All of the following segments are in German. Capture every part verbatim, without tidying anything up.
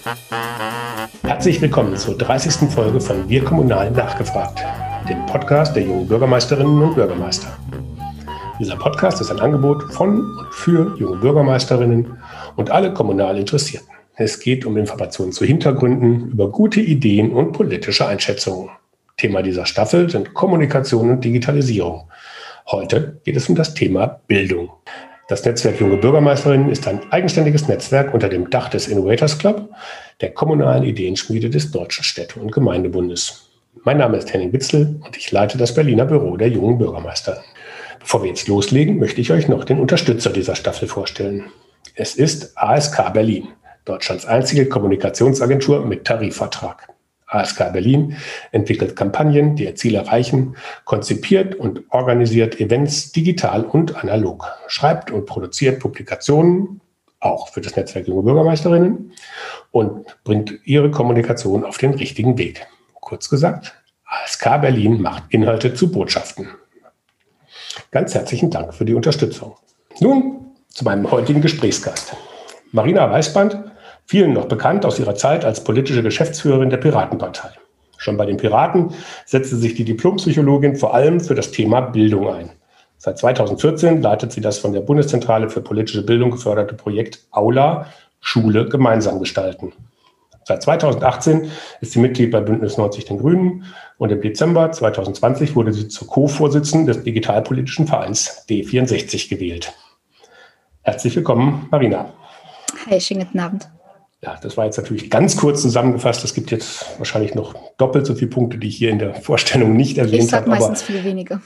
Herzlich willkommen zur dreißigsten Folge von Wir Kommunal nachgefragt, dem Podcast der jungen Bürgermeisterinnen und Bürgermeister. Dieser Podcast ist ein Angebot von und für junge Bürgermeisterinnen und alle kommunal Interessierten. Es geht um Informationen zu Hintergründen, über gute Ideen und politische Einschätzungen. Thema dieser Staffel sind Kommunikation und Digitalisierung. Heute geht es um das Thema Bildung. Das Netzwerk Junge Bürgermeisterinnen ist ein eigenständiges Netzwerk unter dem Dach des Innovators Club, der kommunalen Ideenschmiede des Deutschen Städte- und Gemeindebundes. Mein Name ist Henning Witzel und ich leite das Berliner Büro der jungen Bürgermeister. Bevor wir jetzt loslegen, möchte ich euch noch den Unterstützer dieser Staffel vorstellen. Es ist A S K Berlin, Deutschlands einzige Kommunikationsagentur mit Tarifvertrag. A S K Berlin entwickelt Kampagnen, die ihr Ziel erreichen, konzipiert und organisiert Events digital und analog, schreibt und produziert Publikationen, auch für das Netzwerk Junge Bürgermeisterinnen, und bringt ihre Kommunikation auf den richtigen Weg. Kurz gesagt, A S K Berlin macht Inhalte zu Botschaften. Ganz herzlichen Dank für die Unterstützung. Nun zu meinem heutigen Gesprächsgast. Marina Weißband, vielen noch bekannt aus ihrer Zeit als politische Geschäftsführerin der Piratenpartei. Schon bei den Piraten setzte sich die Diplompsychologin vor allem für das Thema Bildung ein. Seit zweitausendvierzehn leitet sie das von der Bundeszentrale für politische Bildung geförderte Projekt Aula, Schule gemeinsam gestalten. Seit zweitausendachtzehn ist sie Mitglied bei Bündnis neunzig Den Grünen und im Dezember zweitausendzwanzig wurde sie zur Co-Vorsitzenden des digitalpolitischen Vereins D vierundsechzig gewählt. Herzlich willkommen, Marina. Hi, schönen guten Abend. Ja, das war jetzt natürlich ganz kurz zusammengefasst. Es gibt jetzt wahrscheinlich noch doppelt so viele Punkte, die ich hier in der Vorstellung nicht erwähnt habe. Ich sage meistens viel weniger.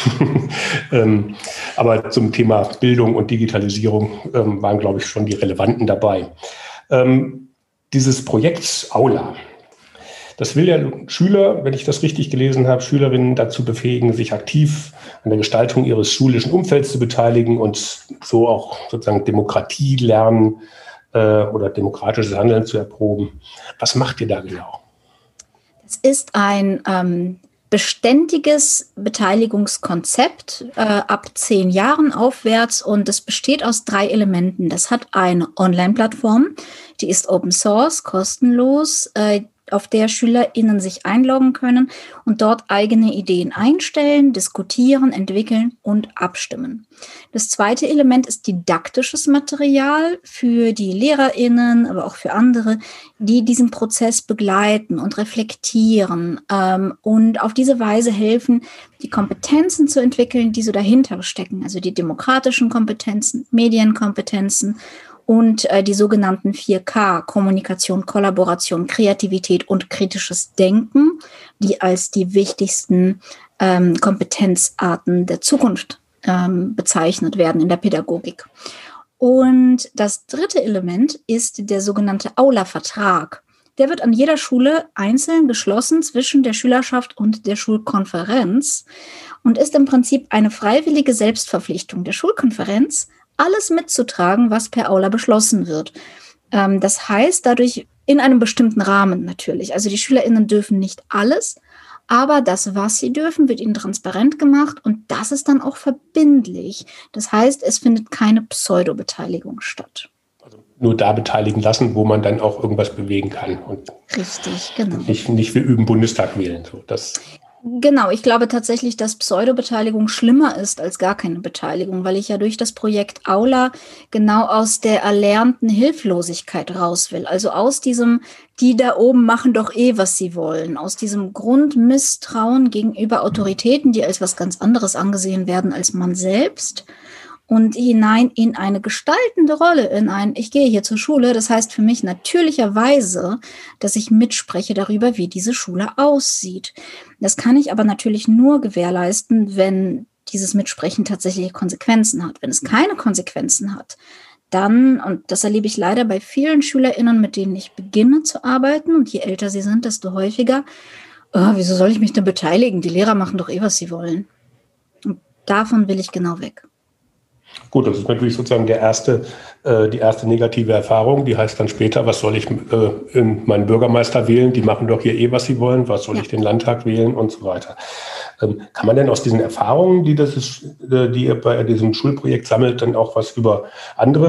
ähm, aber zum Thema Bildung und Digitalisierung ähm, waren, glaube ich, schon die relevanten dabei. Ähm, dieses Projekt Aula, das will ja Schüler, wenn ich das richtig gelesen habe, Schülerinnen dazu befähigen, sich aktiv an der Gestaltung ihres schulischen Umfelds zu beteiligen und so auch sozusagen Demokratie lernen, oder demokratisches Handeln zu erproben. Was macht ihr da genau? Es ist ein ähm, beständiges Beteiligungskonzept äh, ab zehn Jahren aufwärts und es besteht aus drei Elementen. Das hat eine Online-Plattform, die ist Open Source, kostenlos, äh, auf der SchülerInnen sich einloggen können und dort eigene Ideen einstellen, diskutieren, entwickeln und abstimmen. Das zweite Element ist didaktisches Material für die LehrerInnen, aber auch für andere, die diesen Prozess begleiten und reflektieren ähm, und auf diese Weise helfen, die Kompetenzen zu entwickeln, die so dahinter stecken, also die demokratischen Kompetenzen, Medienkompetenzen und äh, die sogenannten vier K, Kommunikation, Kollaboration, Kreativität und kritisches Denken, die als die wichtigsten ähm, Kompetenzarten der Zukunft ähm, bezeichnet werden in der Pädagogik. Und das dritte Element ist der sogenannte Aula-Vertrag. Der wird an jeder Schule einzeln geschlossen zwischen der Schülerschaft und der Schulkonferenz und ist im Prinzip eine freiwillige Selbstverpflichtung der Schulkonferenz, alles mitzutragen, was per Aula beschlossen wird. Ähm, das heißt, dadurch in einem bestimmten Rahmen natürlich. Also die SchülerInnen dürfen nicht alles, aber das, was sie dürfen, wird ihnen transparent gemacht und das ist dann auch verbindlich. Das heißt, es findet keine Pseudo-Beteiligung statt. Also nur da beteiligen lassen, wo man dann auch irgendwas bewegen kann. Und richtig, genau. Nicht, nicht wir üben Bundestag wählen. So, das Genau, ich glaube tatsächlich, dass Pseudobeteiligung schlimmer ist als gar keine Beteiligung, weil ich ja durch das Projekt Aula genau aus der erlernten Hilflosigkeit raus will. Also aus diesem, die da oben machen doch eh, was sie wollen, aus diesem Grundmisstrauen gegenüber Autoritäten, die als was ganz anderes angesehen werden als man selbst, und hinein in eine gestaltende Rolle, in ein, ich gehe hier zur Schule, das heißt für mich natürlicherweise, dass ich mitspreche darüber, wie diese Schule aussieht. Das kann ich aber natürlich nur gewährleisten, wenn dieses Mitsprechen tatsächlich Konsequenzen hat. Wenn es keine Konsequenzen hat, dann, und das erlebe ich leider bei vielen SchülerInnen, mit denen ich beginne zu arbeiten, und je älter sie sind, desto häufiger, oh, wieso soll ich mich denn beteiligen? Die Lehrer machen doch eh, was sie wollen. Und davon will ich genau weg. Gut, das ist natürlich sozusagen der erste, äh, die erste negative Erfahrung. Die heißt dann später, was soll ich äh, in meinen Bürgermeister wählen? Die machen doch hier eh, was sie wollen. Was soll ja. ich den Landtag wählen und so weiter. Ähm, kann man denn aus diesen Erfahrungen, die, das ist, äh, die ihr bei diesem Schulprojekt sammelt, dann auch was über andere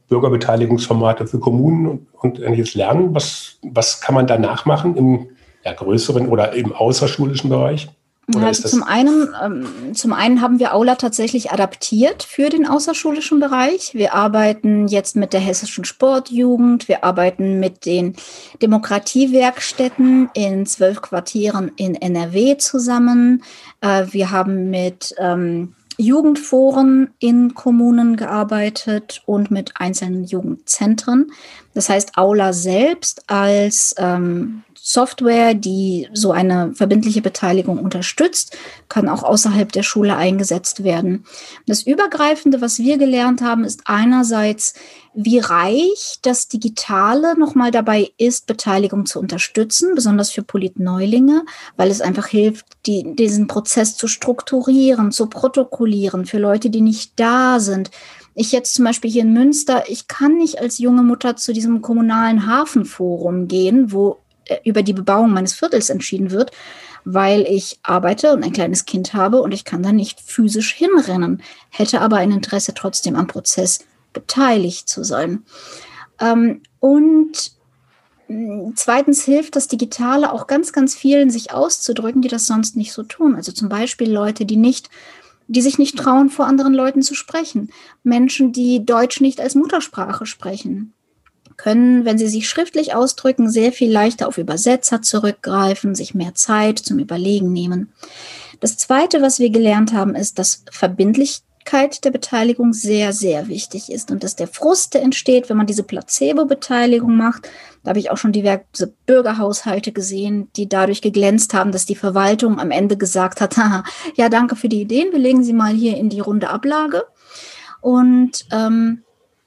Bürgerbeteiligungsformate für Kommunen und, und ähnliches lernen? Was, was kann man danach machen im ja, größeren oder im außerschulischen Bereich? Oder Also ist das zum einen, ähm, zum einen haben wir Aula tatsächlich adaptiert für den außerschulischen Bereich. Wir arbeiten jetzt mit der Hessischen Sportjugend, wir arbeiten mit den Demokratiewerkstätten in zwölf Quartieren in N R W zusammen. Äh, wir haben mit ähm, Jugendforen in Kommunen gearbeitet und mit einzelnen Jugendzentren. Das heißt, Aula selbst als ähm, Software, die so eine verbindliche Beteiligung unterstützt, kann auch außerhalb der Schule eingesetzt werden. Das Übergreifende, was wir gelernt haben, ist einerseits, wie reich das Digitale nochmal dabei ist, Beteiligung zu unterstützen, besonders für Politneulinge, weil es einfach hilft, die, diesen Prozess zu strukturieren, zu protokollieren für Leute, die nicht da sind. Ich jetzt zum Beispiel hier in Münster, ich kann nicht als junge Mutter zu diesem kommunalen Hafenforum gehen, wo über die Bebauung meines Viertels entschieden wird, weil ich arbeite und ein kleines Kind habe und ich kann da nicht physisch hinrennen, hätte aber ein Interesse, trotzdem am Prozess beteiligt zu sein. Ähm, und zweitens hilft das Digitale auch ganz, ganz vielen, sich auszudrücken, die das sonst nicht so tun. Also zum Beispiel Leute, die nicht, die sich nicht trauen, vor anderen Leuten zu sprechen. Menschen, die Deutsch nicht als Muttersprache sprechen, können, wenn sie sich schriftlich ausdrücken, sehr viel leichter auf Übersetzer zurückgreifen, sich mehr Zeit zum Überlegen nehmen. Das Zweite, was wir gelernt haben, ist, dass Verbindlichkeit der Beteiligung sehr, sehr wichtig ist und dass der Frust, der entsteht, wenn man diese Placebo-Beteiligung macht. Da habe ich auch schon diverse Bürgerhaushalte gesehen, die dadurch geglänzt haben, dass die Verwaltung am Ende gesagt hat, haha, ja, danke für die Ideen, wir legen sie mal hier in die runde Ablage. Und ähm,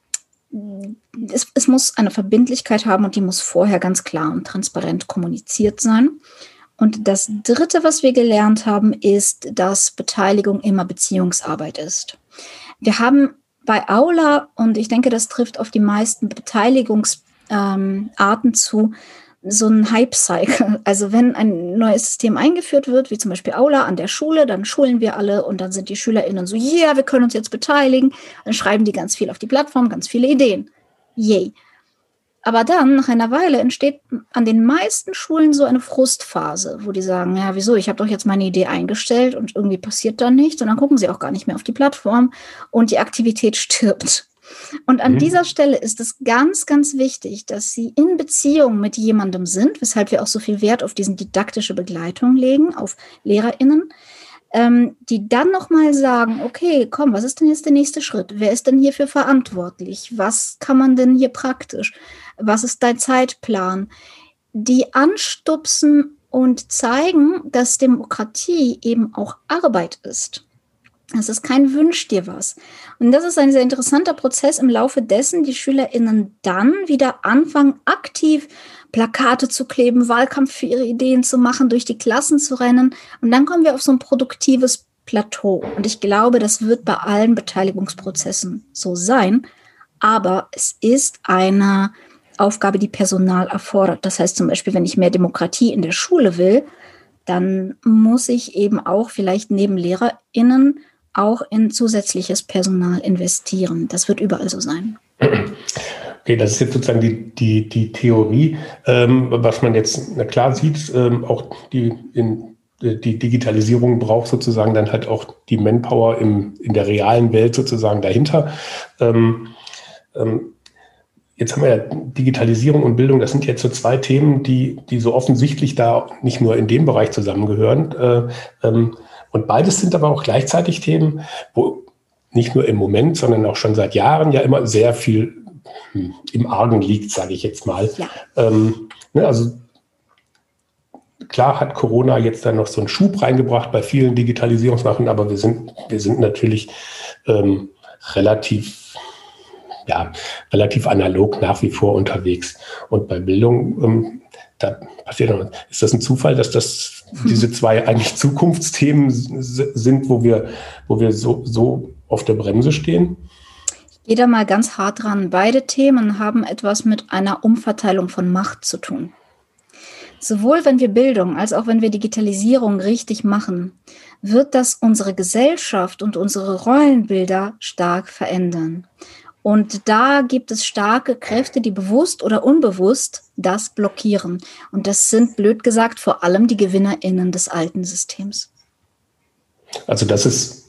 Es, es muss eine Verbindlichkeit haben und die muss vorher ganz klar und transparent kommuniziert sein. Und das Dritte, was wir gelernt haben, ist, dass Beteiligung immer Beziehungsarbeit ist. Wir haben bei Aula, und ich denke, das trifft auf die meisten Beteiligungsarten ähm, zu, so ein Hype-Cycle. Also wenn ein neues System eingeführt wird, wie zum Beispiel Aula an der Schule, dann schulen wir alle und dann sind die SchülerInnen so, ja, yeah, wir können uns jetzt beteiligen. Dann schreiben die ganz viel auf die Plattform, ganz viele Ideen. Yay. Aber dann, nach einer Weile, entsteht an den meisten Schulen so eine Frustphase, wo die sagen, ja, wieso, ich habe doch jetzt meine Idee eingestellt und irgendwie passiert da nichts und dann gucken sie auch gar nicht mehr auf die Plattform und die Aktivität stirbt. Und an mhm. dieser Stelle ist es ganz, ganz wichtig, dass Sie in Beziehung mit jemandem sind, weshalb wir auch so viel Wert auf diese didaktische Begleitung legen, auf LehrerInnen, ähm, die dann nochmal sagen, okay, komm, was ist denn jetzt der nächste Schritt? Wer ist denn hierfür verantwortlich? Was kann man denn hier praktisch? Was ist dein Zeitplan? Die anstupsen und zeigen, dass Demokratie eben auch Arbeit ist. Es ist kein Wünsch dir was. Und das ist ein sehr interessanter Prozess im Laufe dessen die SchülerInnen dann wieder anfangen, aktiv Plakate zu kleben, Wahlkampf für ihre Ideen zu machen, durch die Klassen zu rennen. Und dann kommen wir auf so ein produktives Plateau. Und ich glaube, das wird bei allen Beteiligungsprozessen so sein. Aber es ist eine Aufgabe, die Personal erfordert. Das heißt zum Beispiel, wenn ich mehr Demokratie in der Schule will, dann muss ich eben auch vielleicht neben LehrerInnen auch in zusätzliches Personal investieren. Das wird überall so sein. Okay, das ist jetzt sozusagen die, die, die Theorie, ähm, was man jetzt na klar sieht, ähm, auch die, in, die Digitalisierung braucht sozusagen dann halt auch die Manpower im, in der realen Welt sozusagen dahinter. Ähm, ähm, Jetzt haben wir ja Digitalisierung und Bildung, das sind jetzt so zwei Themen, die, die so offensichtlich da nicht nur in dem Bereich zusammengehören. Äh, ähm, und beides sind aber auch gleichzeitig Themen, wo nicht nur im Moment, sondern auch schon seit Jahren ja immer sehr viel hm, im Argen liegt, sage ich jetzt mal. Ja. Ähm, ne, also klar hat Corona jetzt dann noch so einen Schub reingebracht bei vielen Digitalisierungssachen, aber wir sind, wir sind natürlich ähm, relativ ja, relativ analog nach wie vor unterwegs. Und bei Bildung, ähm, da passiert noch, ist das ein Zufall, dass das diese zwei eigentlich Zukunftsthemen sind, wo wir, wo wir so, so auf der Bremse stehen? Ich gehe da mal ganz hart dran. Beide Themen haben etwas mit einer Umverteilung von Macht zu tun. Sowohl wenn wir Bildung als auch wenn wir Digitalisierung richtig machen, wird das unsere Gesellschaft und unsere Rollenbilder stark verändern. Und da gibt es starke Kräfte, die bewusst oder unbewusst das blockieren. Und das sind, blöd gesagt, vor allem die GewinnerInnen des alten Systems. Also das ist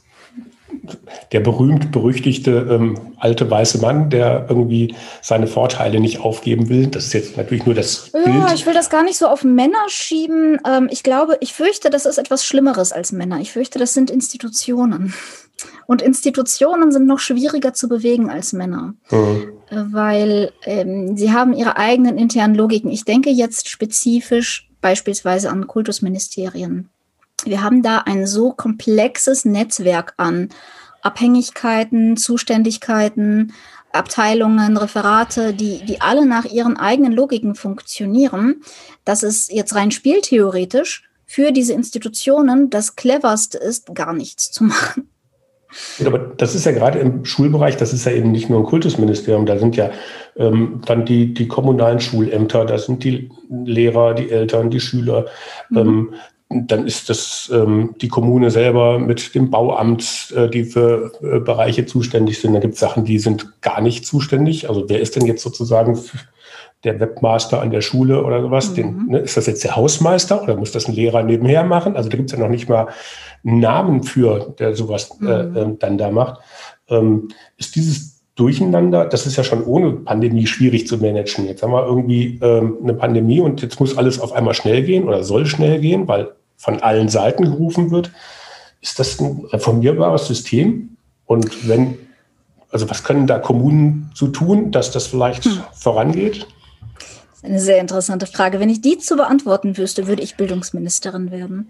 der berühmt-berüchtigte ähm, alte weiße Mann, der irgendwie seine Vorteile nicht aufgeben will. Das ist jetzt natürlich nur das ja, Bild. Ich will das gar nicht so auf Männer schieben. Ähm, ich glaube, ich fürchte, das ist etwas Schlimmeres als Männer. Ich fürchte, das sind Institutionen. Und Institutionen sind noch schwieriger zu bewegen als Männer, mhm. weil ähm, sie haben ihre eigenen internen Logiken. Ich denke jetzt spezifisch beispielsweise an Kultusministerien. Wir haben da ein so komplexes Netzwerk an Abhängigkeiten, Zuständigkeiten, Abteilungen, Referate, die, die alle nach ihren eigenen Logiken funktionieren, dass es jetzt rein spieltheoretisch für diese Institutionen das Cleverste ist, gar nichts zu machen. Aber das ist ja gerade im Schulbereich, das ist ja eben nicht nur ein Kultusministerium, da sind ja ähm, dann die, die kommunalen Schulämter, da sind die Lehrer, die Eltern, die Schüler, mhm. ähm, dann ist das ähm, die Kommune selber mit dem Bauamt, äh, die für äh, Bereiche zuständig sind. Da gibt es Sachen, die sind gar nicht zuständig. Also wer ist denn jetzt sozusagen der Webmaster an der Schule oder sowas? Mhm. Den, ne, ist das jetzt der Hausmeister oder muss das ein Lehrer nebenher machen? Also da gibt es ja noch nicht mal einen Namen für, der sowas mhm. äh, dann da macht. Ähm, ist dieses Durcheinander, das ist ja schon ohne Pandemie schwierig zu managen. Jetzt haben wir irgendwie ähm, eine Pandemie und jetzt muss alles auf einmal schnell gehen oder soll schnell gehen, weil von allen Seiten gerufen wird. Ist das ein reformierbares System? Und wenn, also was können da Kommunen so tun, dass das vielleicht hm. vorangeht? Das ist eine sehr interessante Frage. Wenn ich die zu beantworten wüsste, würde ich Bildungsministerin werden.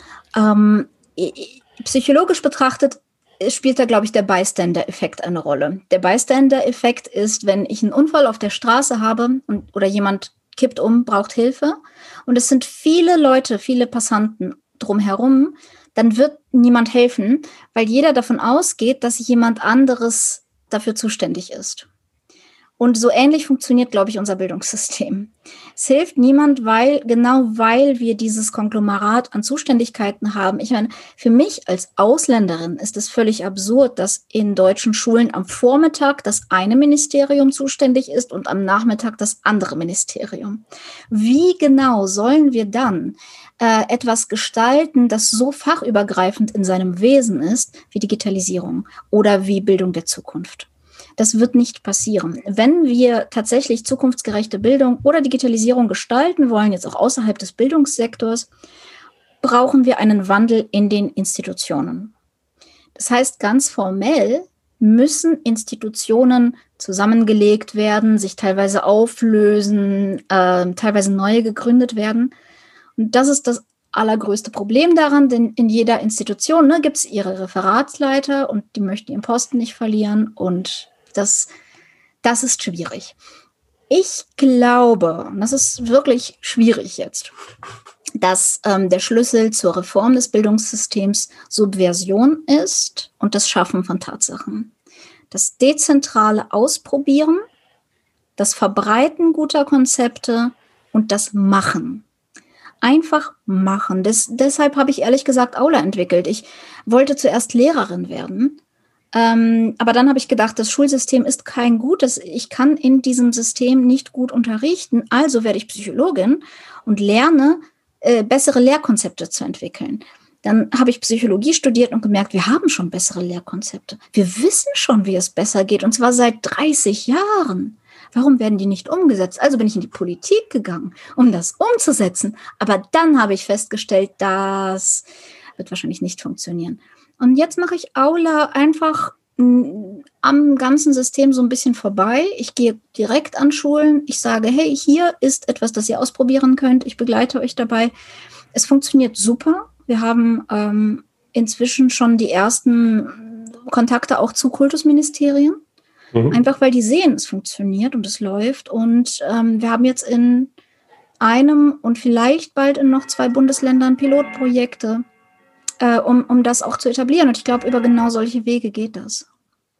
Ähm, psychologisch betrachtet spielt da, glaube ich, der Bystander-Effekt eine Rolle. Der Bystander-Effekt ist, wenn ich einen Unfall auf der Straße habe und, oder jemand kippt um, braucht Hilfe und es sind viele Leute, viele Passanten drumherum, dann wird niemand helfen, weil jeder davon ausgeht, dass jemand anderes dafür zuständig ist. Und so ähnlich funktioniert, glaube ich, unser Bildungssystem. Es hilft niemand, weil, genau weil wir dieses Konglomerat an Zuständigkeiten haben. Ich meine, für mich als Ausländerin ist es völlig absurd, dass in deutschen Schulen am Vormittag das eine Ministerium zuständig ist und am Nachmittag das andere Ministerium. Wie genau sollen wir dann äh, etwas gestalten, das so fachübergreifend in seinem Wesen ist, wie Digitalisierung oder wie Bildung der Zukunft? Das wird nicht passieren. Wenn wir tatsächlich zukunftsgerechte Bildung oder Digitalisierung gestalten wollen, jetzt auch außerhalb des Bildungssektors, brauchen wir einen Wandel in den Institutionen. Das heißt, ganz formell müssen Institutionen zusammengelegt werden, sich teilweise auflösen, äh, teilweise neue gegründet werden. Und das ist das allergrößte Problem daran, denn in jeder Institution ne, gibt es ihre Referatsleiter und die möchten ihren Posten nicht verlieren und Das, das ist schwierig. Ich glaube, und das ist wirklich schwierig jetzt, dass ähm, der Schlüssel zur Reform des Bildungssystems Subversion ist und das Schaffen von Tatsachen. Das dezentrale Ausprobieren, das Verbreiten guter Konzepte und das Machen. Einfach machen. Das, deshalb habe ich ehrlich gesagt Aula entwickelt. Ich wollte zuerst Lehrerin werden. Ähm, aber dann habe ich gedacht, das Schulsystem ist kein gutes. Ich kann in diesem System nicht gut unterrichten. Also werde ich Psychologin und lerne, äh, bessere Lehrkonzepte zu entwickeln. Dann habe ich Psychologie studiert und gemerkt, wir haben schon bessere Lehrkonzepte. Wir wissen schon, wie es besser geht, und zwar seit dreißig Jahren. Warum werden die nicht umgesetzt? Also bin ich in die Politik gegangen, um das umzusetzen. Aber dann habe ich festgestellt, das wird wahrscheinlich nicht funktionieren. Und jetzt mache ich Aula einfach mh, am ganzen System so ein bisschen vorbei. Ich gehe direkt an Schulen. Ich sage, hey, hier ist etwas, das ihr ausprobieren könnt. Ich begleite euch dabei. Es funktioniert super. Wir haben ähm, inzwischen schon die ersten Kontakte auch zu Kultusministerien. Mhm. Einfach, weil die sehen, es funktioniert und es läuft. Und ähm, wir haben jetzt in einem und vielleicht bald in noch zwei Bundesländern Pilotprojekte, Äh, um, um das auch zu etablieren. Und ich glaube, über genau solche Wege geht das.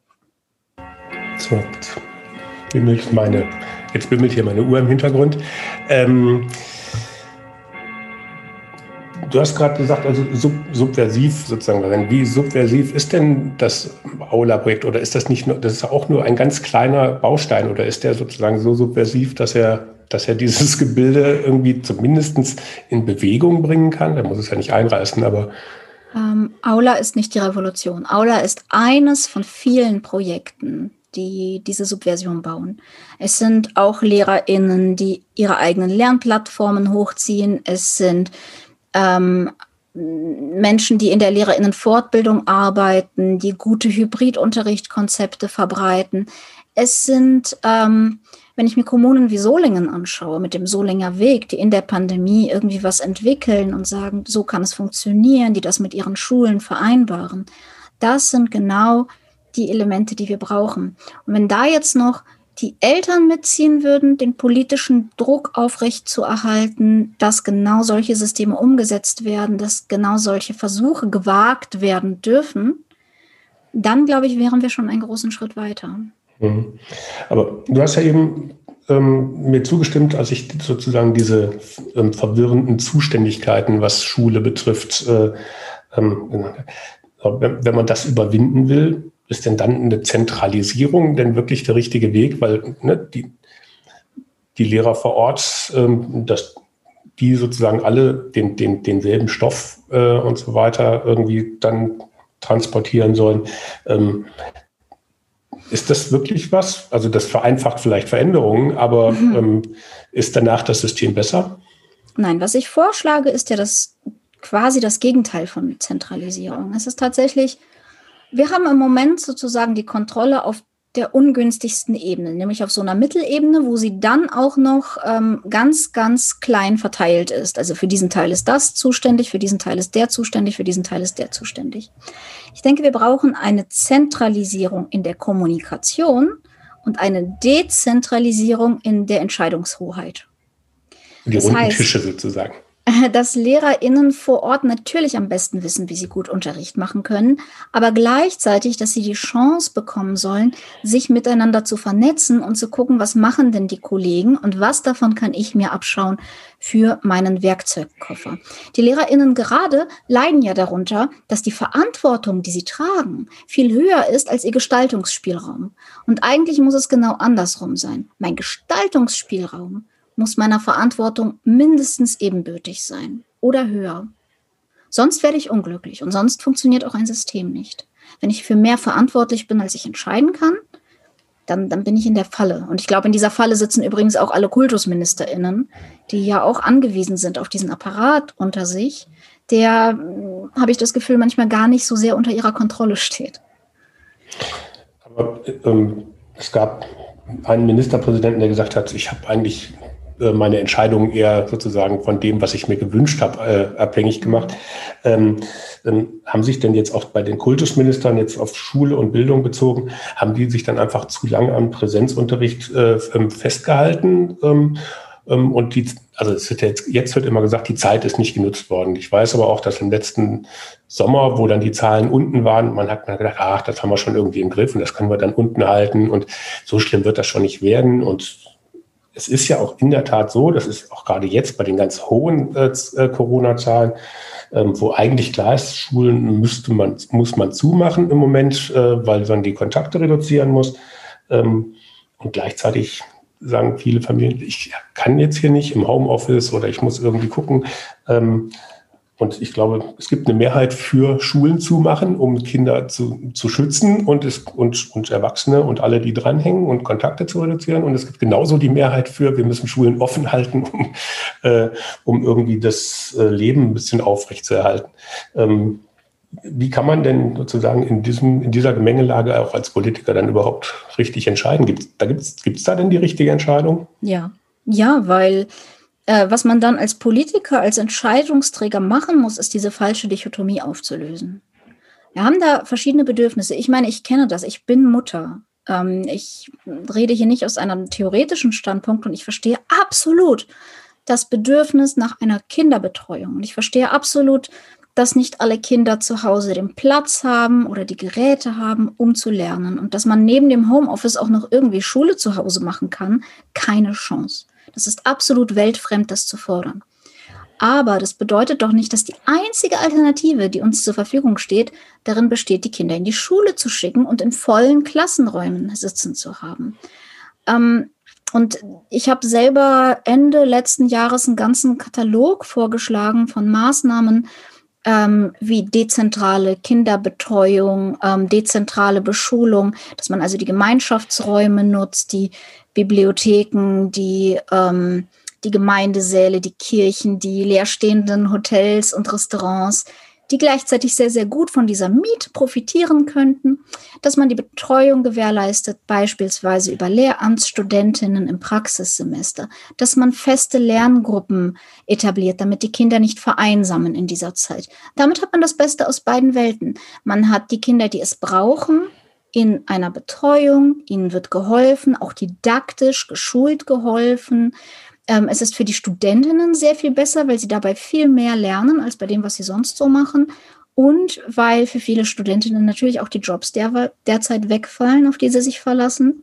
So, jetzt bimmelt, meine, jetzt bimmelt hier meine Uhr im Hintergrund. Ähm, du hast gerade gesagt, also sub, subversiv sozusagen. Wie subversiv ist denn das Aula-Projekt oder ist das nicht nur, das ist auch nur ein ganz kleiner Baustein oder ist der sozusagen so subversiv, dass er, dass er dieses Gebilde irgendwie zumindest in Bewegung bringen kann? Er muss es ja nicht einreißen, aber Ähm, Aula ist nicht die Revolution. Aula ist eines von vielen Projekten, die diese Subversion bauen. Es sind auch LehrerInnen, die ihre eigenen Lernplattformen hochziehen. Es sind ähm, Menschen, die in der LehrerInnen-Fortbildung arbeiten, die gute Hybridunterrichtskonzepte verbreiten. Es sind, ähm, wenn ich mir Kommunen wie Solingen anschaue, mit dem Solinger Weg, die in der Pandemie irgendwie was entwickeln und sagen, so kann es funktionieren, die das mit ihren Schulen vereinbaren. Das sind genau die Elemente, die wir brauchen. Und wenn da jetzt noch die Eltern mitziehen würden, den politischen Druck aufrechtzuerhalten, dass genau solche Systeme umgesetzt werden, dass genau solche Versuche gewagt werden dürfen, dann, glaube ich, wären wir schon einen großen Schritt weiter. Mhm. Aber du hast ja eben ähm, mir zugestimmt, als ich sozusagen diese ähm, verwirrenden Zuständigkeiten, was Schule betrifft, äh, ähm, wenn, wenn man das überwinden will, ist denn dann eine Zentralisierung denn wirklich der richtige Weg? Weil ne, die, die Lehrer vor Ort, ähm, dass die sozusagen alle den, den, denselben Stoff äh, und so weiter irgendwie dann transportieren sollen. Ähm, ist das wirklich was? Also das vereinfacht vielleicht Veränderungen, aber mhm. ähm, ist danach das System besser? Nein, was ich vorschlage, ist ja das quasi das Gegenteil von Zentralisierung. Es ist tatsächlich, wir haben im Moment sozusagen die Kontrolle auf der ungünstigsten Ebene, nämlich auf so einer Mittelebene, wo sie dann auch noch ähm, ganz, ganz klein verteilt ist. Also für diesen Teil ist das zuständig, für diesen Teil ist der zuständig, für diesen Teil ist der zuständig. Ich denke, wir brauchen eine Zentralisierung in der Kommunikation und eine Dezentralisierung in der Entscheidungshoheit. Die das runden heißt, Tische sozusagen. Dass LehrerInnen vor Ort natürlich am besten wissen, wie sie gut Unterricht machen können, aber gleichzeitig, dass sie die Chance bekommen sollen, sich miteinander zu vernetzen und zu gucken, was machen denn die Kollegen und was davon kann ich mir abschauen für meinen Werkzeugkoffer. Die LehrerInnen gerade leiden ja darunter, dass die Verantwortung, die sie tragen, viel höher ist als ihr Gestaltungsspielraum. Und eigentlich muss es genau andersrum sein. Mein Gestaltungsspielraum muss meiner Verantwortung mindestens ebenbürtig sein oder höher. Sonst werde ich unglücklich und sonst funktioniert auch ein System nicht. Wenn ich für mehr verantwortlich bin, als ich entscheiden kann, dann, dann bin ich in der Falle. Und ich glaube, in dieser Falle sitzen übrigens auch alle KultusministerInnen, die ja auch angewiesen sind auf diesen Apparat unter sich, der, habe ich das Gefühl, manchmal gar nicht so sehr unter ihrer Kontrolle steht. Aber ähm, es gab einen Ministerpräsidenten, der gesagt hat, ich habe eigentlich meine Entscheidungen eher sozusagen von dem, was ich mir gewünscht habe, äh, abhängig gemacht. Ähm, ähm, haben sich denn jetzt auch bei den Kultusministern jetzt auf Schule und Bildung bezogen, haben die sich dann einfach zu lange am Präsenzunterricht äh, festgehalten? Ähm, ähm, und die, also es wird jetzt, jetzt wird immer gesagt, die Zeit ist nicht genutzt worden. Ich weiß aber auch, dass im letzten Sommer, wo dann die Zahlen unten waren, man hat dann gedacht, ach, das haben wir schon irgendwie im Griff und das können wir dann unten halten und so schlimm wird das schon nicht werden. Und es ist ja auch in der Tat so, das ist auch gerade jetzt bei den ganz hohen äh, Corona-Zahlen, ähm, wo eigentlich klar ist, Schulen müsste man, muss man zumachen im Moment, äh, weil man die Kontakte reduzieren muss. Ähm, und gleichzeitig sagen viele Familien, ich kann jetzt hier nicht im Homeoffice oder ich muss irgendwie gucken. Ähm, Und ich glaube, es gibt eine Mehrheit für Schulen zu machen, um Kinder zu, zu schützen und, es, und, und Erwachsene und alle, die dranhängen und Kontakte zu reduzieren. Und es gibt genauso die Mehrheit für, wir müssen Schulen offen halten, um, äh, um irgendwie das Leben ein bisschen aufrechtzuerhalten. Ähm, wie kann man denn sozusagen in, diesem, in dieser Gemengelage auch als Politiker dann überhaupt richtig entscheiden? Gibt's, da gibt's, gibt's da denn die richtige Entscheidung? Ja, ja, weil was man dann als Politiker, als Entscheidungsträger machen muss, ist diese falsche Dichotomie aufzulösen. Wir haben da verschiedene Bedürfnisse. Ich meine, ich kenne das. Ich bin Mutter. Ähm, ich rede hier nicht aus einem theoretischen Standpunkt und ich verstehe absolut das Bedürfnis nach einer Kinderbetreuung. Und ich verstehe absolut, dass nicht alle Kinder zu Hause den Platz haben oder die Geräte haben, um zu lernen. Und dass man neben dem Homeoffice auch noch irgendwie Schule zu Hause machen kann, keine Chance. Das ist absolut weltfremd, das zu fordern. Aber das bedeutet doch nicht, dass die einzige Alternative, die uns zur Verfügung steht, darin besteht, die Kinder in die Schule zu schicken und in vollen Klassenräumen sitzen zu haben. Ähm, und ich habe selber Ende letzten Jahres einen ganzen Katalog vorgeschlagen von Maßnahmen, ähm, wie dezentrale Kinderbetreuung, ähm, dezentrale Beschulung, dass man also die Gemeinschaftsräume nutzt, die Bibliotheken, die ähm, die Gemeindesäle, die Kirchen, die leerstehenden Hotels und Restaurants, die gleichzeitig sehr, sehr gut von dieser Miete profitieren könnten, dass man die Betreuung gewährleistet, beispielsweise über Lehramtsstudentinnen im Praxissemester, dass man feste Lerngruppen etabliert, damit die Kinder nicht vereinsamen in dieser Zeit. Damit hat man das Beste aus beiden Welten. Man hat die Kinder, die es brauchen, in einer Betreuung, ihnen wird geholfen, auch didaktisch geschult geholfen. Es ist für die Studentinnen sehr viel besser, weil sie dabei viel mehr lernen als bei dem, was sie sonst so machen. Und weil für viele Studentinnen natürlich auch die Jobs der, derzeit wegfallen, auf die sie sich verlassen.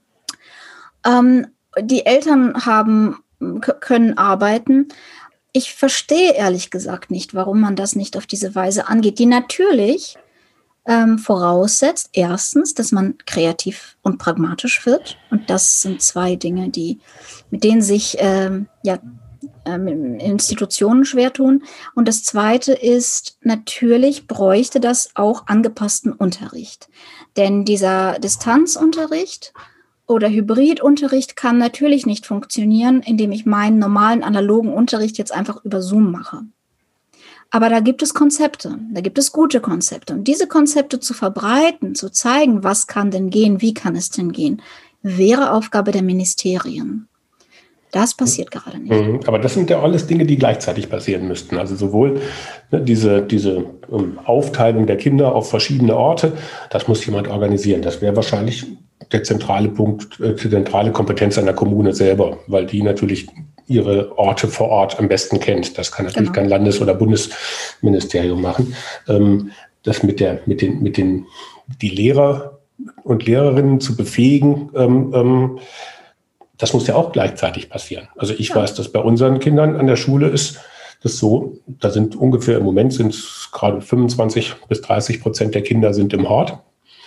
Ähm, die Eltern haben, können arbeiten. Ich verstehe ehrlich gesagt nicht, warum man das nicht auf diese Weise angeht, die natürlich ähm, voraussetzt, erstens, dass man kreativ und pragmatisch wird. Und das sind zwei Dinge, die mit denen sich ähm, ja, ähm, Institutionen schwer tun. Und das Zweite ist, natürlich bräuchte das auch angepassten Unterricht. Denn dieser Distanzunterricht oder Hybridunterricht kann natürlich nicht funktionieren, indem ich meinen normalen analogen Unterricht jetzt einfach über Zoom mache. Aber da gibt es Konzepte, da gibt es gute Konzepte. Und diese Konzepte zu verbreiten, zu zeigen, was kann denn gehen, wie kann es denn gehen, wäre Aufgabe der Ministerien. Das passiert gerade nicht. Aber das sind ja alles Dinge, die gleichzeitig passieren müssten. Also sowohl ne, diese, diese um, Aufteilung der Kinder auf verschiedene Orte, das muss jemand organisieren. Das wäre wahrscheinlich der zentrale Punkt, äh, die zentrale Kompetenz einer Kommune selber, weil die natürlich ihre Orte vor Ort am besten kennt. Das kann natürlich genau. kein Landes- oder Bundesministerium machen. Ähm, das mit der, mit den, mit den, die Lehrer und Lehrerinnen zu befähigen, ähm, ähm, das muss ja auch gleichzeitig passieren. Also ich ja. weiß, dass bei unseren Kindern an der Schule ist das so, da sind ungefähr im Moment sind es gerade fünfundzwanzig bis dreißig Prozent der Kinder sind im Hort.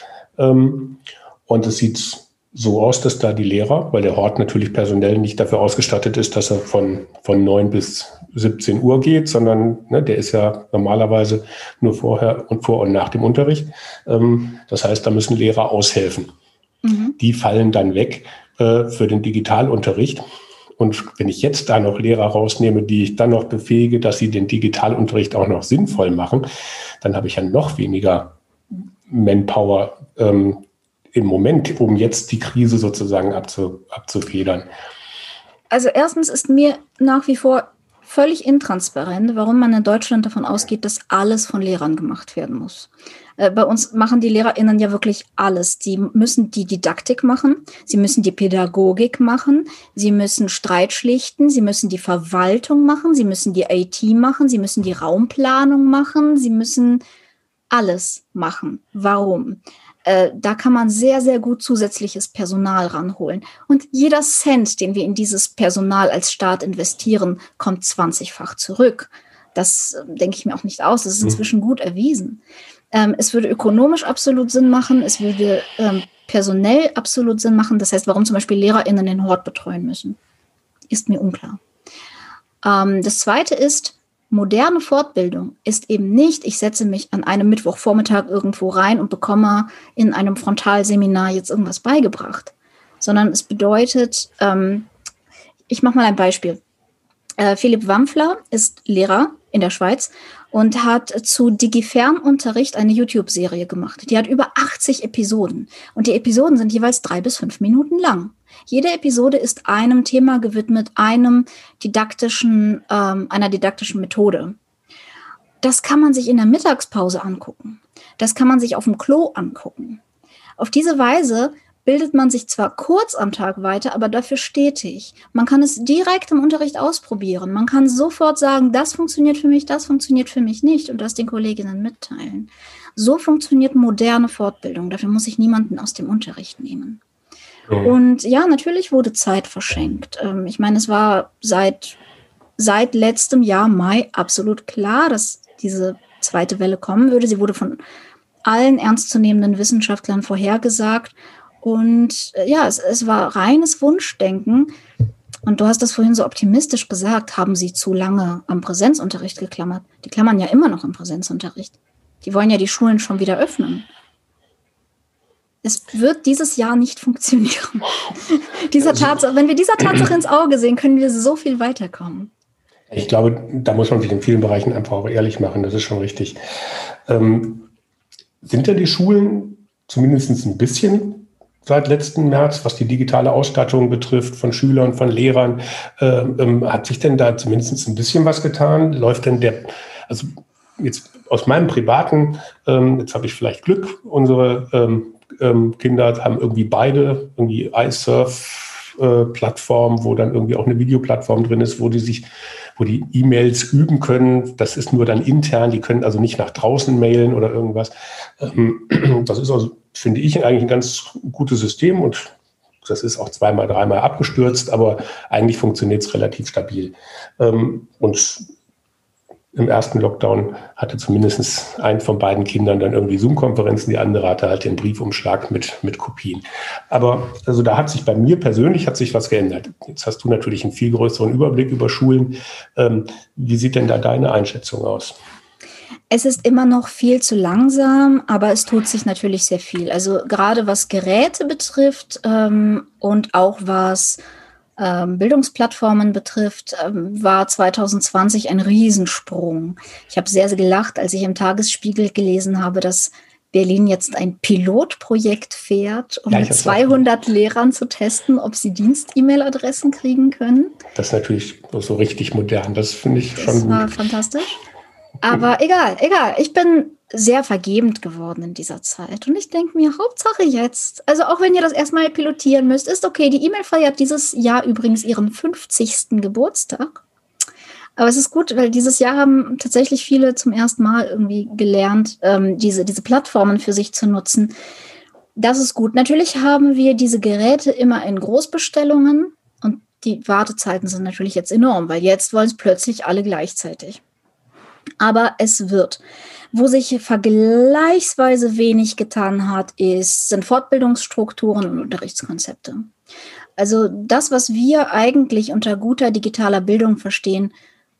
Ähm, und es sieht so aus, dass da die Lehrer, weil der Hort natürlich personell nicht dafür ausgestattet ist, dass er von, von neun bis siebzehn Uhr geht, sondern ne, der ist ja normalerweise nur vorher und vor und nach dem Unterricht. Ähm, das heißt, da müssen Lehrer aushelfen. Mhm. Die fallen dann weg äh, für den Digitalunterricht. Und wenn ich jetzt da noch Lehrer rausnehme, die ich dann noch befähige, dass sie den Digitalunterricht auch noch sinnvoll machen, dann habe ich ja noch weniger Manpower ähm, im Moment, um jetzt die Krise sozusagen abzu, abzufedern. Also erstens ist mir nach wie vor völlig intransparent, warum man in Deutschland davon ausgeht, dass alles von Lehrern gemacht werden muss. Äh, bei uns machen die LehrerInnen ja wirklich alles. Die müssen die Didaktik machen, sie müssen die Pädagogik machen, sie müssen Streit schlichten, sie müssen die Verwaltung machen, sie müssen die I T machen, sie müssen die Raumplanung machen, sie müssen alles machen. Warum? Äh, da kann man sehr, sehr gut zusätzliches Personal ranholen. Und jeder Cent, den wir in dieses Personal als Staat investieren, kommt zwanzigfach zurück. Das äh, denke ich mir auch nicht aus. Das ist inzwischen gut erwiesen. Ähm, es würde ökonomisch absolut Sinn machen. Es würde ähm, personell absolut Sinn machen. Das heißt, warum zum Beispiel LehrerInnen den Hort betreuen müssen, ist mir unklar. Ähm, das Zweite ist, moderne Fortbildung ist eben nicht, ich setze mich an einem Mittwochvormittag irgendwo rein und bekomme in einem Frontalseminar jetzt irgendwas beigebracht, sondern es bedeutet, ähm, ich mache mal ein Beispiel. Äh, Philipp Wampfler ist Lehrer in der Schweiz und hat zu Digifernunterricht eine YouTube-Serie gemacht. Die hat über achtzig Episoden und die Episoden sind jeweils drei bis fünf Minuten lang. Jede Episode ist einem Thema gewidmet, einem didaktischen, ähm, einer didaktischen Methode. Das kann man sich in der Mittagspause angucken. Das kann man sich auf dem Klo angucken. Auf diese Weise bildet man sich zwar kurz am Tag weiter, aber dafür stetig. Man kann es direkt im Unterricht ausprobieren. Man kann sofort sagen, das funktioniert für mich, das funktioniert für mich nicht und das den Kolleginnen mitteilen. So funktioniert moderne Fortbildung. Dafür muss ich niemanden aus dem Unterricht nehmen. Und ja, natürlich wurde Zeit verschenkt. Ich meine, es war seit seit letztem Jahr Mai absolut klar, dass diese zweite Welle kommen würde. Sie wurde von allen ernstzunehmenden Wissenschaftlern vorhergesagt. Und äh, ja, es, es war reines Wunschdenken. Und du hast das vorhin so optimistisch gesagt, haben sie zu lange am Präsenzunterricht geklammert. Die klammern ja immer noch am Präsenzunterricht. Die wollen ja die Schulen schon wieder öffnen. Es wird dieses Jahr nicht funktionieren. Dieser Tatsache, wenn wir dieser Tatsache ins Auge sehen, können wir so viel weiterkommen. Ich glaube, da muss man sich in vielen Bereichen einfach auch ehrlich machen. Das ist schon richtig. Ähm, sind denn die Schulen zumindest ein bisschen seit letzten März, was die digitale Ausstattung betrifft, von Schülern, von Lehrern, äh, ähm, hat sich denn da zumindest ein bisschen was getan? Läuft denn der, also jetzt aus meinem privaten, ähm, jetzt habe ich vielleicht Glück, unsere ähm, ähm, Kinder haben irgendwie beide irgendwie iSurf-Plattform, äh, wo dann irgendwie auch eine Videoplattform drin ist, wo die sich, wo die E-Mails üben können. Das ist nur dann intern, die können also nicht nach draußen mailen oder irgendwas. Ähm, das ist also, finde ich, eigentlich ein ganz gutes System und das ist auch zweimal, dreimal abgestürzt, aber eigentlich funktioniert es relativ stabil. Ähm, und im ersten Lockdown hatte zumindest ein von beiden Kindern dann irgendwie Zoom-Konferenzen, die andere hatte halt den Briefumschlag mit, mit Kopien. Aber also da hat sich bei mir persönlich hat sich was geändert. Jetzt hast du natürlich einen viel größeren Überblick über Schulen. Ähm, wie sieht denn da deine Einschätzung aus? Es ist immer noch viel zu langsam, aber es tut sich natürlich sehr viel. Also gerade was Geräte betrifft ähm, und auch was Bildungsplattformen betrifft, war zwanzig zwanzig ein Riesensprung. Ich habe sehr, sehr gelacht, als ich im Tagesspiegel gelesen habe, dass Berlin jetzt ein Pilotprojekt fährt, um ja, mit zweihundert Lehrern zu testen, ob sie Dienst-E-Mail-Adressen kriegen können. Das ist natürlich so richtig modern. Das finde ich das schon gut. Das war fantastisch. Aber egal, egal. Ich bin sehr vergebend geworden in dieser Zeit. Und ich denke mir, Hauptsache jetzt. Also auch wenn ihr das erstmal pilotieren müsst, ist okay. Die E-Mail feiert dieses Jahr übrigens ihren fünfzigsten Geburtstag. Aber es ist gut, weil dieses Jahr haben tatsächlich viele zum ersten Mal irgendwie gelernt, ähm, diese, diese Plattformen für sich zu nutzen. Das ist gut. Natürlich haben wir diese Geräte immer in Großbestellungen. Und die Wartezeiten sind natürlich jetzt enorm, weil jetzt wollen es plötzlich alle gleichzeitig. Aber es wird. Wo sich vergleichsweise wenig getan hat, ist, sind Fortbildungsstrukturen und Unterrichtskonzepte. Also das, was wir eigentlich unter guter digitaler Bildung verstehen,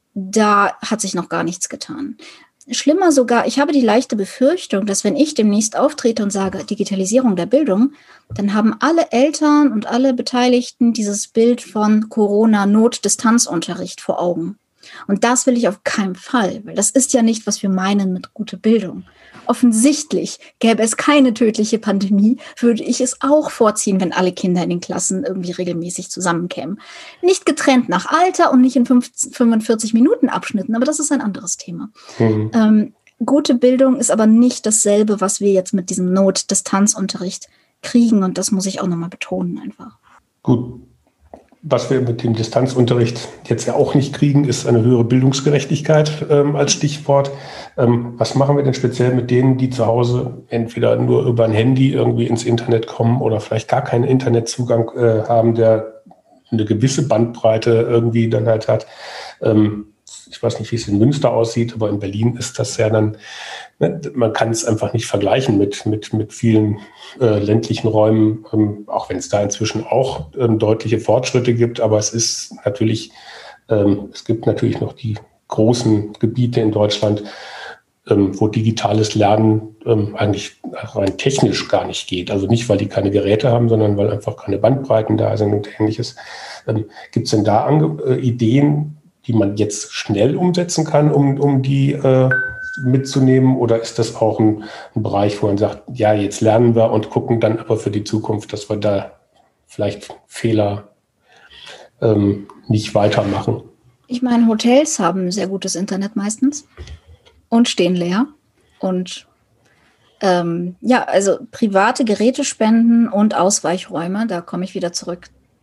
da hat sich noch gar nichts getan. Schlimmer sogar, ich habe die leichte Befürchtung, dass wenn ich demnächst auftrete und sage Digitalisierung der Bildung, dann haben alle Eltern und alle Beteiligten dieses Bild von Corona-Not-Distanzunterricht vor Augen. Und das will ich auf keinen Fall, weil das ist ja nicht, was wir meinen mit guter Bildung. Offensichtlich gäbe es keine tödliche Pandemie, würde ich es auch vorziehen, wenn alle Kinder in den Klassen irgendwie regelmäßig zusammenkämen. Nicht getrennt nach Alter und nicht in fünfundvierzig Minuten Abschnitten, aber das ist ein anderes Thema. Mhm. Ähm, gute Bildung ist aber nicht dasselbe, was wir jetzt mit diesem Not-Distanzunterricht kriegen und das muss ich auch nochmal betonen einfach. Gut. Was wir mit dem Distanzunterricht jetzt ja auch nicht kriegen, ist eine höhere Bildungsgerechtigkeit ähm, als Stichwort. Ähm, was machen wir denn speziell mit denen, die zu Hause entweder nur über ein Handy irgendwie ins Internet kommen oder vielleicht gar keinen Internetzugang äh, haben, der eine gewisse Bandbreite irgendwie dann halt hat? Ähm, ich weiß nicht, wie es in Münster aussieht, aber in Berlin ist das ja dann, ne, man kann es einfach nicht vergleichen mit, mit, mit vielen äh, ländlichen Räumen, ähm, auch wenn es da inzwischen auch ähm, deutliche Fortschritte gibt. Aber es ist natürlich, ähm, es gibt natürlich noch die großen Gebiete in Deutschland, ähm, wo digitales Lernen ähm, eigentlich rein technisch gar nicht geht. Also nicht, weil die keine Geräte haben, sondern weil einfach keine Bandbreiten da sind und Ähnliches. Ähm, gibt es denn da Ange- äh, Ideen, die man jetzt schnell umsetzen kann, um, um die äh, mitzunehmen? Oder ist das auch ein, ein Bereich, wo man sagt, ja, jetzt lernen wir und gucken dann aber für die Zukunft, dass wir da vielleicht Fehler ähm, nicht weitermachen? Ich meine, Hotels haben sehr gutes Internet meistens und stehen leer. Und ähm, ja, also private Gerätespenden und Ausweichräume, da komme ich wieder zurück.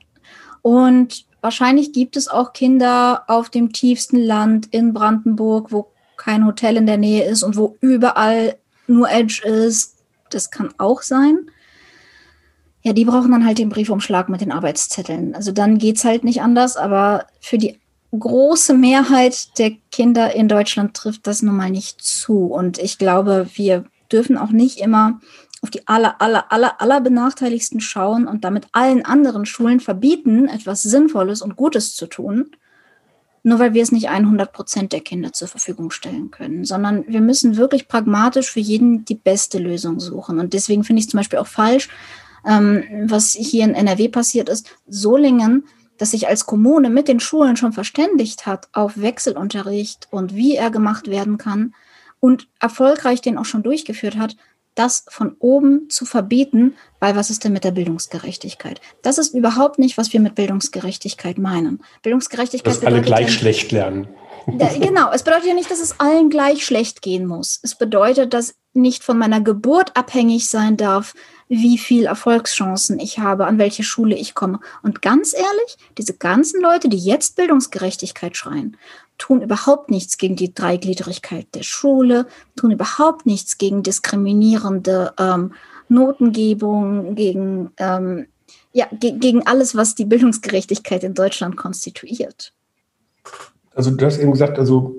Und wahrscheinlich gibt es auch Kinder auf dem tiefsten Land in Brandenburg, wo kein Hotel in der Nähe ist und wo überall nur Edge ist. Das kann auch sein. Ja, die brauchen dann halt den Briefumschlag mit den Arbeitszetteln. Also dann geht's halt nicht anders. Aber für die große Mehrheit der Kinder in Deutschland trifft das nun mal nicht zu. Und ich glaube, wir dürfen auch nicht immer auf die aller, aller, aller, aller benachteiligsten schauen und damit allen anderen Schulen verbieten, etwas Sinnvolles und Gutes zu tun, nur weil wir es nicht hundert Prozent der Kinder zur Verfügung stellen können, sondern wir müssen wirklich pragmatisch für jeden die beste Lösung suchen. Und deswegen finde ich es zum Beispiel auch falsch, ähm, was hier in N R W passiert ist. Solingen, das sich als Kommune mit den Schulen schon verständigt hat auf Wechselunterricht und wie er gemacht werden kann und erfolgreich den auch schon durchgeführt hat, das von oben zu verbieten, weil was ist denn mit der Bildungsgerechtigkeit? Das ist überhaupt nicht, was wir mit Bildungsgerechtigkeit meinen. Bildungsgerechtigkeit dass alle gleich ja, schlecht lernen. Da, genau, es bedeutet ja nicht, dass es allen gleich schlecht gehen muss. Es bedeutet, dass nicht von meiner Geburt abhängig sein darf, wie viel Erfolgschancen ich habe, an welche Schule ich komme. Und ganz ehrlich, diese ganzen Leute, die jetzt Bildungsgerechtigkeit schreien, tun überhaupt nichts gegen die Dreigliedrigkeit der Schule, tun überhaupt nichts gegen diskriminierende ähm, Notengebung, gegen, ähm, ja, ge- gegen alles, was die Bildungsgerechtigkeit in Deutschland konstituiert. Also du hast eben gesagt, also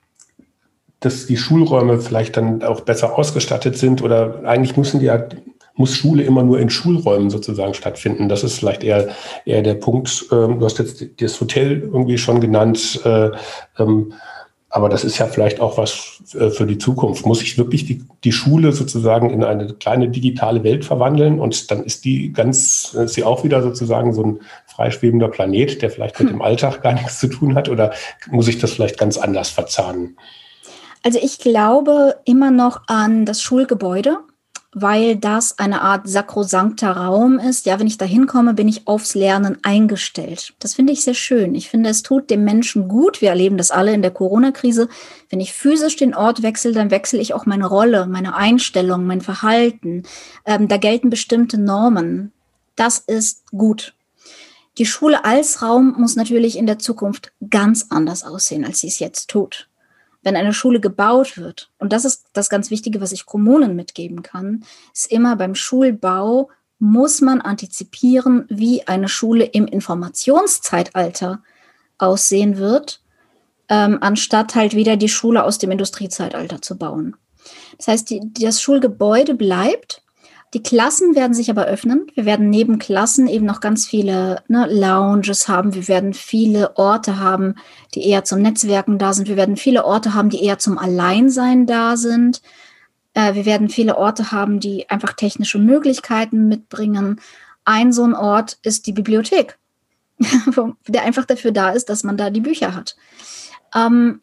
dass die Schulräume vielleicht dann auch besser ausgestattet sind oder eigentlich müssen die ja, muss Schule immer nur in Schulräumen sozusagen stattfinden. Das ist vielleicht eher, eher der Punkt. Du hast jetzt das Hotel irgendwie schon genannt, aber das ist ja vielleicht auch was für die Zukunft. Muss ich wirklich die, die Schule sozusagen in eine kleine digitale Welt verwandeln und dann ist die ganz, ist sie auch wieder sozusagen so ein freischwebender Planet, der vielleicht mit hm. dem Alltag gar nichts zu tun hat, oder muss ich das vielleicht ganz anders verzahnen? Also ich glaube immer noch an das Schulgebäude, weil das eine Art sakrosankter Raum ist. Ja, wenn ich da hinkomme, bin ich aufs Lernen eingestellt. Das finde ich sehr schön. Ich finde, es tut dem Menschen gut. Wir erleben das alle in der Corona-Krise. Wenn ich physisch den Ort wechsle, dann wechsle ich auch meine Rolle, meine Einstellung, mein Verhalten. Ähm, da gelten bestimmte Normen. Das ist gut. Die Schule als Raum muss natürlich in der Zukunft ganz anders aussehen, als sie es jetzt tut. Wenn eine Schule gebaut wird, und das ist das ganz Wichtige, was ich Kommunen mitgeben kann, ist immer beim Schulbau muss man antizipieren, wie eine Schule im Informationszeitalter aussehen wird, ähm, anstatt halt wieder die Schule aus dem Industriezeitalter zu bauen. Das heißt, die, das Schulgebäude bleibt, die Klassen werden sich aber öffnen. Wir werden neben Klassen eben noch ganz viele ne, Lounges haben. Wir werden viele Orte haben, die eher zum Netzwerken da sind. Wir werden viele Orte haben, die eher zum Alleinsein da sind. Äh, wir werden viele Orte haben, die einfach technische Möglichkeiten mitbringen. Ein so ein Ort ist die Bibliothek, der einfach dafür da ist, dass man da die Bücher hat. Ähm,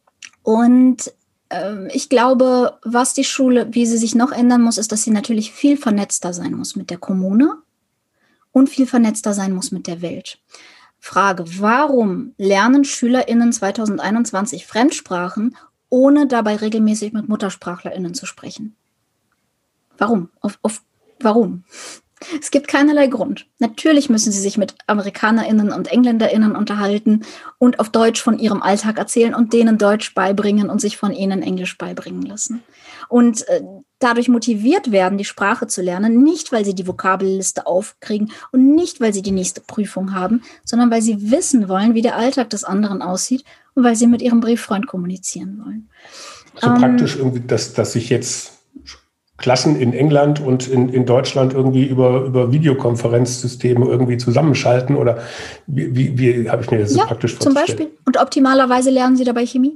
und Ich glaube, was die Schule, wie sie sich noch ändern muss, ist, dass sie natürlich viel vernetzter sein muss mit der Kommune und viel vernetzter sein muss mit der Welt. Frage, warum lernen SchülerInnen zwanzig einundzwanzig Fremdsprachen, ohne dabei regelmäßig mit MuttersprachlerInnen zu sprechen? Warum? Auf, auf, warum? Es gibt keinerlei Grund. Natürlich müssen sie sich mit AmerikanerInnen und EngländerInnen unterhalten und auf Deutsch von ihrem Alltag erzählen und denen Deutsch beibringen und sich von ihnen Englisch beibringen lassen. Und äh, dadurch motiviert werden, die Sprache zu lernen, nicht weil sie die Vokabelliste aufkriegen und nicht weil sie die nächste Prüfung haben, sondern weil sie wissen wollen, wie der Alltag des anderen aussieht und weil sie mit ihrem Brieffreund kommunizieren wollen. So ähm, praktisch irgendwie, dass, dass sich jetzt Klassen in England und in, in Deutschland irgendwie über, über Videokonferenzsysteme irgendwie zusammenschalten, oder wie, wie, wie habe ich mir das ja, so praktisch vorgestellt? Zum Beispiel. Und optimalerweise lernen sie dabei Chemie.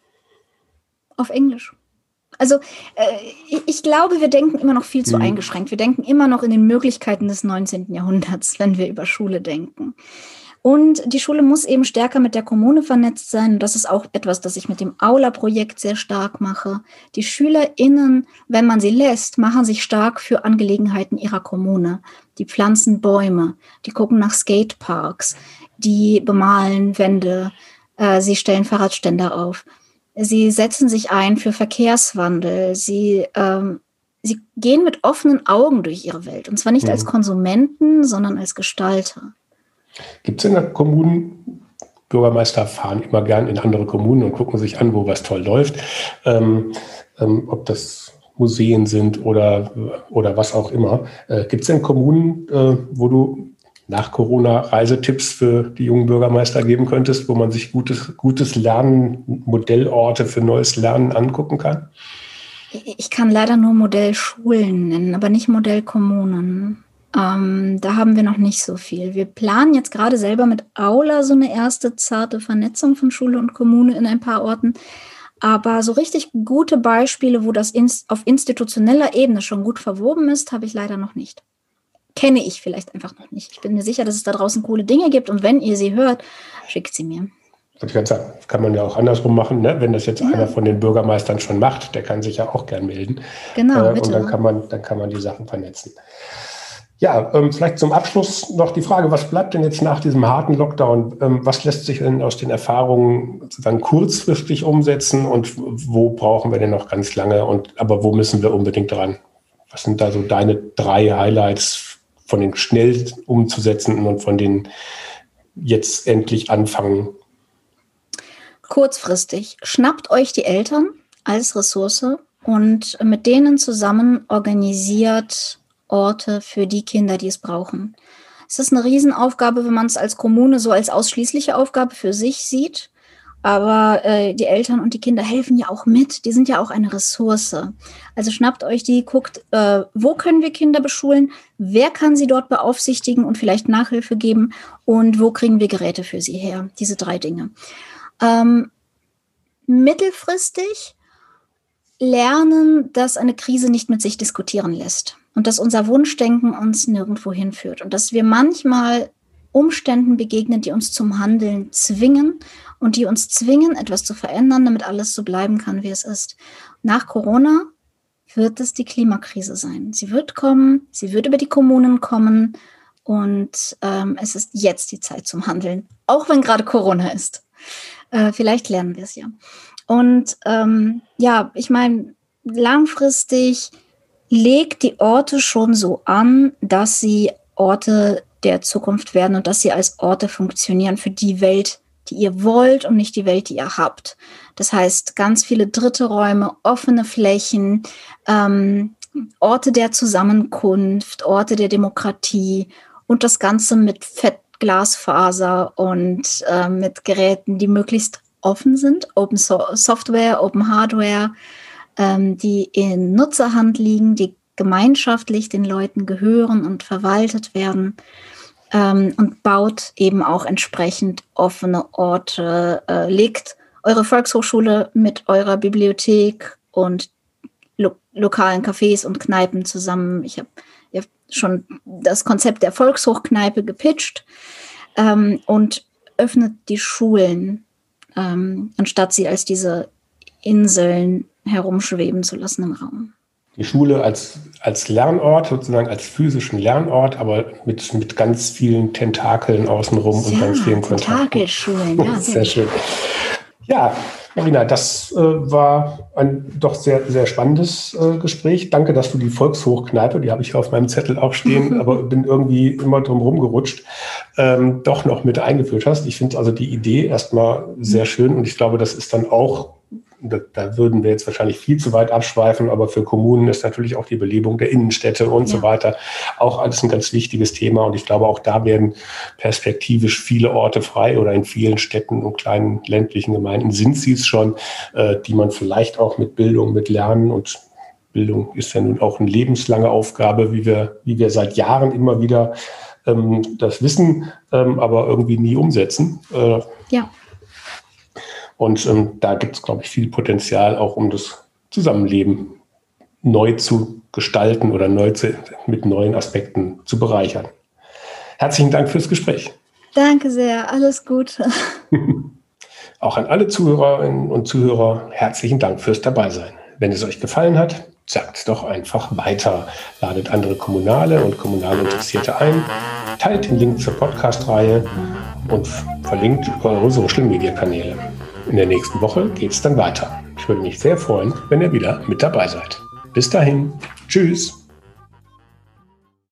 Auf Englisch. Also äh, ich glaube, wir denken immer noch viel zu mhm. eingeschränkt. Wir denken immer noch in den Möglichkeiten des neunzehnten Jahrhunderts, wenn wir über Schule denken. Und die Schule muss eben stärker mit der Kommune vernetzt sein. Und das ist auch etwas, das ich mit dem Aula-Projekt sehr stark mache. Die SchülerInnen, wenn man sie lässt, machen sich stark für Angelegenheiten ihrer Kommune. Die pflanzen Bäume, die gucken nach Skateparks, die bemalen Wände, äh, sie stellen Fahrradständer auf. Sie setzen sich ein für Verkehrswandel. Sie, ähm, sie gehen mit offenen Augen durch ihre Welt. Und zwar nicht mhm. als Konsumenten, sondern als Gestalter. Gibt es in der Kommunen, Bürgermeister fahren immer gern in andere Kommunen und gucken sich an, wo was toll läuft, ähm, ähm, ob das Museen sind oder, oder was auch immer. Äh, Gibt es denn Kommunen, äh, wo du Nach-Corona-Reisetipps für die jungen Bürgermeister geben könntest, wo man sich gutes, gutes Lernen, Modellorte für neues Lernen angucken kann? Ich kann leider nur Modellschulen nennen, aber nicht Modellkommunen. Ähm, da haben wir noch nicht so viel. Wir planen jetzt gerade selber mit Aula so eine erste zarte Vernetzung von Schule und Kommune in ein paar Orten. Aber so richtig gute Beispiele, wo das ins, auf institutioneller Ebene schon gut verwoben ist, habe ich leider noch nicht. Kenne ich vielleicht einfach noch nicht. Ich bin mir sicher, dass es da draußen coole Dinge gibt. Und wenn ihr sie hört, schickt sie mir. Das kann man ja auch andersrum machen, ne? Wenn das jetzt ja. einer von den Bürgermeistern schon macht, der kann sich ja auch gern melden. Genau, äh, bitte. Und dann kann man, dann kann man die Sachen vernetzen. Ja, ähm, vielleicht zum Abschluss noch die Frage, was bleibt denn jetzt nach diesem harten Lockdown? Ähm, was lässt sich denn aus den Erfahrungen sozusagen kurzfristig umsetzen und wo brauchen wir denn noch ganz lange? Und aber wo müssen wir unbedingt dran? Was sind da so deine drei Highlights von den schnell umzusetzenden und von den jetzt endlich anfangen? Kurzfristig. Schnappt euch die Eltern als Ressource und mit denen zusammen organisiert Orte für die Kinder, die es brauchen. Es ist eine Riesenaufgabe, wenn man es als Kommune so als ausschließliche Aufgabe für sich sieht. Aber äh, die Eltern und die Kinder helfen ja auch mit. Die sind ja auch eine Ressource. Also schnappt euch die, guckt, äh, wo können wir Kinder beschulen? Wer kann sie dort beaufsichtigen und vielleicht Nachhilfe geben? Und wo kriegen wir Geräte für sie her? Diese drei Dinge. Ähm, mittelfristig lernen, dass eine Krise nicht mit sich diskutieren lässt. Und dass unser Wunschdenken uns nirgendwo hinführt. Und dass wir manchmal Umständen begegnen, die uns zum Handeln zwingen und die uns zwingen, etwas zu verändern, damit alles so bleiben kann, wie es ist. Nach Corona wird es die Klimakrise sein. Sie wird kommen, sie wird über die Kommunen kommen und ähm, es ist jetzt die Zeit zum Handeln, auch wenn gerade Corona ist. Äh, vielleicht lernen wir es ja. Und ähm, ja, ich meine, langfristig legt die Orte schon so an, dass sie Orte der Zukunft werden und dass sie als Orte funktionieren für die Welt, die ihr wollt und nicht die Welt, die ihr habt. Das heißt, ganz viele dritte Räume, offene Flächen, ähm, Orte der Zusammenkunft, Orte der Demokratie und das Ganze mit Fettglasfaser und äh, mit Geräten, die möglichst offen sind, Open so- Software, Open Hardware, ähm, die in Nutzerhand liegen, die gemeinschaftlich den Leuten gehören und verwaltet werden. Ähm, und baut eben auch entsprechend offene Orte, äh, legt eure Volkshochschule mit eurer Bibliothek und lo- lokalen Cafés und Kneipen zusammen. Ich habe ja schon das Konzept der Volkshochkneipe gepitcht ähm, und öffnet die Schulen, ähm, anstatt sie als diese Inseln herumschweben zu lassen im Raum. Die Schule als, als Lernort, sozusagen als physischen Lernort, aber mit, mit ganz vielen Tentakeln außenrum ja, und ganz vielen Kontakten. Tentakelschulen, ja. Sehr, sehr schön. Ja, Marina, das äh, war ein doch sehr, sehr spannendes äh, Gespräch. Danke, dass du die Volkshochkneipe, die habe ich auf meinem Zettel auch stehen, aber bin irgendwie immer drum rumgerutscht, ähm, doch noch mit eingeführt hast. Ich finde also die Idee erstmal sehr schön und ich glaube, das ist dann auch, Da, da würden wir jetzt wahrscheinlich viel zu weit abschweifen, aber für Kommunen ist natürlich auch die Belebung der Innenstädte und ja. so weiter auch alles ein ganz wichtiges Thema. Und ich glaube, auch da werden perspektivisch viele Orte frei oder in vielen Städten und kleinen ländlichen Gemeinden sind sie es schon, äh, die man vielleicht auch mit Bildung, mit Lernen und Bildung ist ja nun auch eine lebenslange Aufgabe, wie wir, wie wir seit Jahren immer wieder ähm, das wissen, ähm, aber irgendwie nie umsetzen. Äh, ja. Und ähm, da gibt es, glaube ich, viel Potenzial, auch um das Zusammenleben neu zu gestalten oder neu zu, mit neuen Aspekten zu bereichern. Herzlichen Dank fürs Gespräch. Danke sehr, alles Gute. Auch an alle Zuhörerinnen und Zuhörer herzlichen Dank fürs Dabeisein. Wenn es euch gefallen hat, sagt es doch einfach weiter. Ladet andere Kommunale und kommunale Interessierte ein, teilt den Link zur Podcast-Reihe und verlinkt eure Social-Media-Kanäle. In der nächsten Woche geht es dann weiter. Ich würde mich sehr freuen, wenn ihr wieder mit dabei seid. Bis dahin. Tschüss.